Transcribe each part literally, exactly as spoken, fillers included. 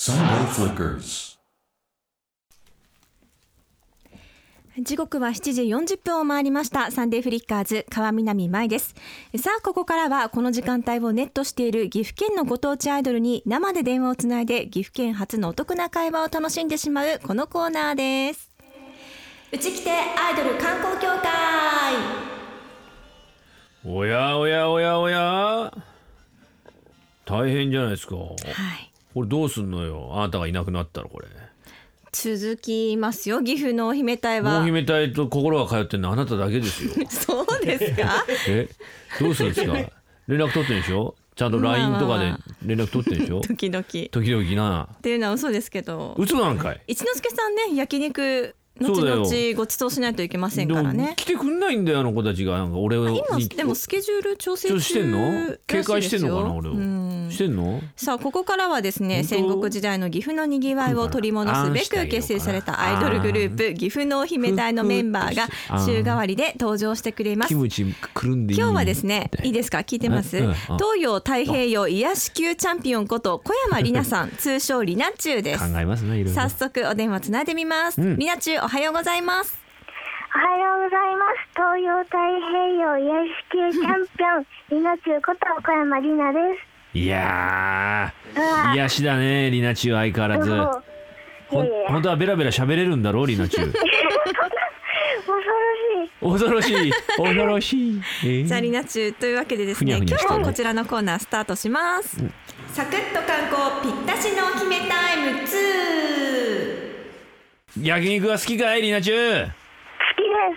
Sunday Flickers。 時刻はしちじよんじゅっぷんを回りました。サンデーフリッカーズ川南舞です。さあここからはこの時間帯をネットしている岐阜県のご当地アイドルに生で電話をつないで岐阜県初のお得な会話を楽しんでしまうこのコーナーです。うちきてアイドル観光協会。 おやおやおやおや、大変じゃないですか。はい、これどうすんのよ、あなたがいなくなったら。これ続きますよ。岐阜のお姫隊は。 お姫隊と心が通ってるのはあなただけですよ。 そうですか。 え、どうするんですか。連絡取ってるでしょ。ちゃんと ライン とかで連絡取ってるでしょ。 時々 時々なっていうのは嘘ですけど。 嘘なんかい。 一之輔さんね、焼肉後々ご馳走しないといけませんからね。 来てくんないんだよ、あの子たちが。なんか俺を今でもスケジュール調整中してんの。警戒してんのかな俺を。してんの。さあここからはですね、戦国時代の岐阜のにぎわいを取り戻すべく結成されたアイドルグループ岐阜のお姫隊のメンバーが週替わりで登場してくれます。 キムチくるんでいい。 今日はですね、いいですか、聞いてます。東洋太平洋癒し級チャンピオンこと小山里奈さん通称里奈中です。 考えますね、いろいろ。 早速お電話つないでみます。里奈中、おはようございます。 おはようございます。東洋太平洋癒し級チャンピオン里奈中こと小山里奈です。 いやー、癒しだね、里奈中相変わらず。ほん本当はベラベラ喋れるんだろう、里奈中。恐ろしい。恐ろしい。恐ろしい。えー、 じゃあ里奈中というわけでですね、今日もこちらのコーナースタートします。うん、サクッと観光ぴったしのお姫タイムツー。焼肉が好きかい、里奈中。 好きです。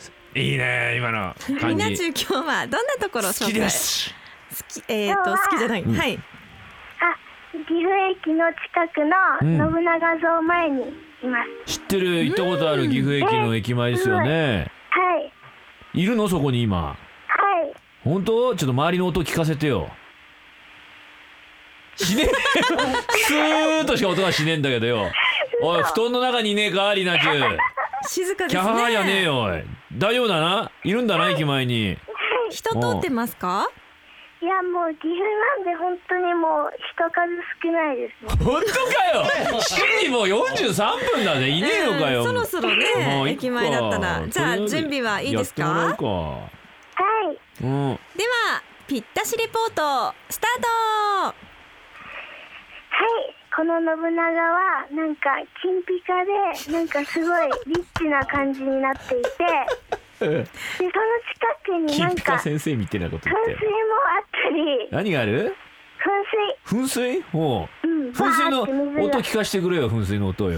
いいね、今の感じ。 里奈中、今日はどんなところを紹介。 好きです。 好き、えーと好きじゃない、うん、はい。 あ、岐阜駅の近くの信長像前にいます。 知ってる、行ったことある岐阜駅の駅前ですよね。 はい。 いるのそこに今。 はい。 本当？ちょっと周りの音聞かせてよ。しねえ。スーッとしか音がしねえんだけどよ。おい、布団の中にいねえか、里奈中。 静かですね。 キャハハやねえよ。おい、大丈夫だな。いるんだな、駅前に。 人通ってますか？ いや、もう岐阜なんで本当にもう人数少ないです。 本当かよ。しちじもうよんじゅうさんぷんだね。いねえのかよ。 うん、そろそろね、駅前だったら。じゃあ準備はいいですか？ やってもらうか。 はい。 うん、 ではぴったしレポートスタート。 はい、この信長はなんか金ピカでなんかすごいリッチな感じになっていて。でその近くになんか先生みたいなこと言って噴水もあったり。 何がある？ 噴水。 噴水？ほう、うん、噴水の音聞かせてくれよ。噴水の音よ。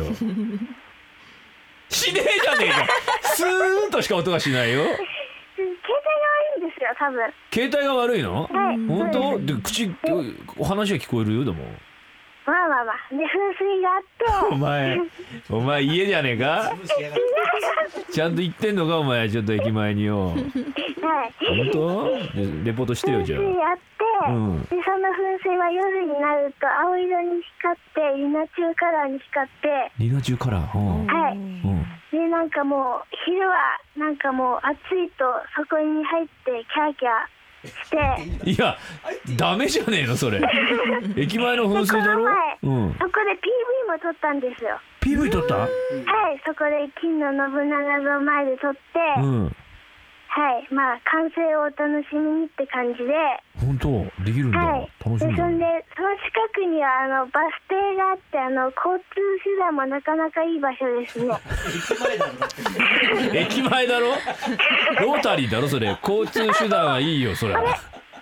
しねえじゃねえか。スーンとしか音がしないよ。 携帯が悪いんですよ、多分。 携帯が悪いの？ はい。 本当？で口お話は聞こえるよ。でもまあまあまあ、で噴水があって。お前お前家じゃねえか。ちゃんと言ってんのかお前。ちょっと駅前によ。はい。本当？レポートしてよ。じゃあ。 噴水あって、うん、でその噴水は夜になると青色に光って里奈中カラーに光って。 里奈中カラー。うん、 はい。うん、でなんかもう昼はなんかもう暑いとそこに入ってキャーキャー。していや、ダメじゃねえのそれ。駅前の噴水だろ。 うん、そこで ピーブイ も撮ったんですよ。 ピーブイ 撮った？はい、 そこで金の信長像前で撮って、うん、はい、まあ完成をお楽しみにって感じで。本当できるんだ、はい、楽しみだ。でそんでその近くにはあのバス停があって、あの交通手段もなかなかいい場所ですね。 駅前だろ。ロータリーだろそれ。交通手段はいいよそれ。そんで、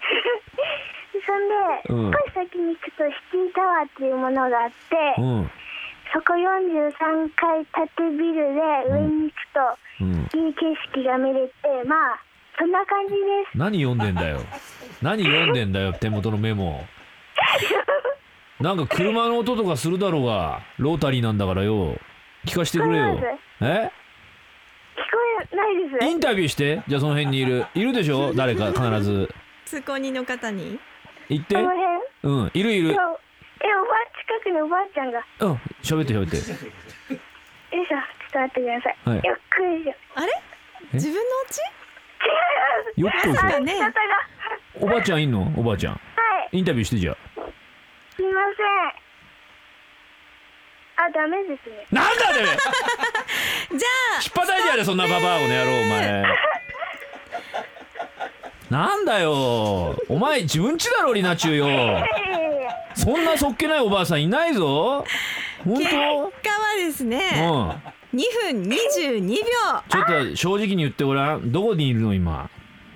うん、少し先に行くとシティタワーっていうものがあって、うん、そこよんじゅうさんかい建てビルで上に行くといい景色が見れて、まあそんな感じです。 何読んでんだよ。何読んでんだよ手元のメモ。なんか車の音とかするだろうが、ロータリーなんだからよ。聞かしてくれよ。え？ 聞こえないです。 インタビューして。じゃあその辺にいるいるでしょ誰か必ず。 通行人の方に言って。うん、いるいる。え、おば近くにおばあちゃんが。 うん、喋って喋って。よいしょ、 ちょっと待ってください。はい、よっくりしょ。 あれ？自分の家？ よっくりしょ。 ね。 おばあちゃんいんの？おばあちゃん。 はい。 インタビューしてじゃあ。 すみません。 あ、ダメですね。 なんだねじゃあ引っ叩いてやれそんなババアこの野郎お前なんだよお前自分ちだろリナチュウよそんなそっけないおばあさんいないぞ本当。 結果はですね、うん、にふんにじゅうにびょう。 ちょっと正直に言ってごらん、どこにいるの今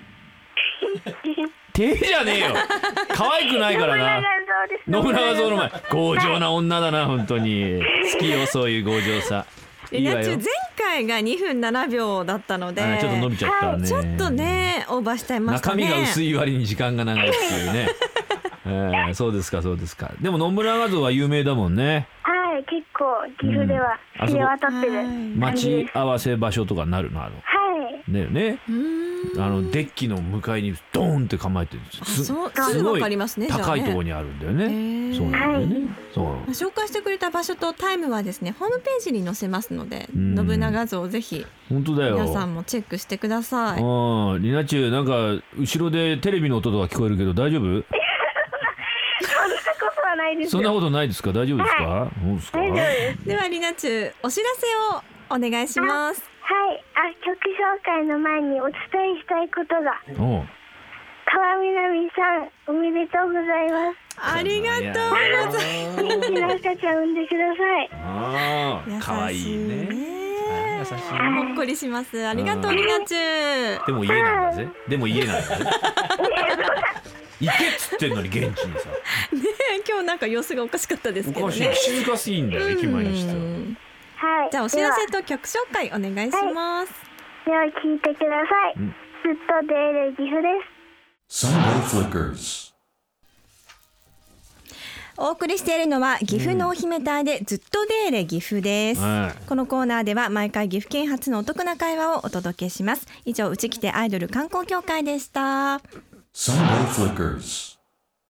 手じゃねえよ可愛くないからな信長像の前強情な女だな本当に好きよそういう強情さいいわよ。前回がにふんななびょうだったのでちょっと伸びちゃったね、 ちょっとねオーバーしちゃいましたね。 中身が薄い割に時間が長いっていうねえー、そうですかそうですか。でも信長像は有名だもんね。 はい、結構岐阜では知れ渡ってる、うん、 待ち合わせ場所とかなるのあのはいだよね。あのデッキの向かいにドーンって構えてるんです。 すごい高いところにあるんだよね。そうなんだよね。そう紹介してくれた場所とタイムはですねホームページに載せますので、信長像ぜひ本当だよ皆さんもチェックしてください。 ああ、リナチュウなんか後ろでテレビの音とか聞こえるけど大丈夫？そんなことないですか？大丈夫ですか？はい、そうですか？ ではリナチュウお知らせをお願いします。 はい、あ、曲紹介の前にお伝えしたいことが。 おう、 川南さんおめでとうございます。 ありがとうございます。 元気な赤ちゃん産んでください。 ああ、可愛いね。優しいね。 ほっこりします。ありがとうリナチュウ。 でも家なんだぜ。でも家なんだぜ。行けっつってんのに現地にさ。ねえ、今日なんか様子がおかしかったですけどね。 おかしい、静かすぎんだよ駅前にしては。 はい。 じゃあお知らせと曲紹介お願いします。 では聞いてください。ずっと出る岐阜です。 Sunday Flickers。お送りしているのは岐阜のお姫隊でずっとデーレ岐阜です、うん、このコーナーでは毎回岐阜県発のお得な会話をお届けします。以上、うちきてアイドル観光協会でした。Sunday Flickers。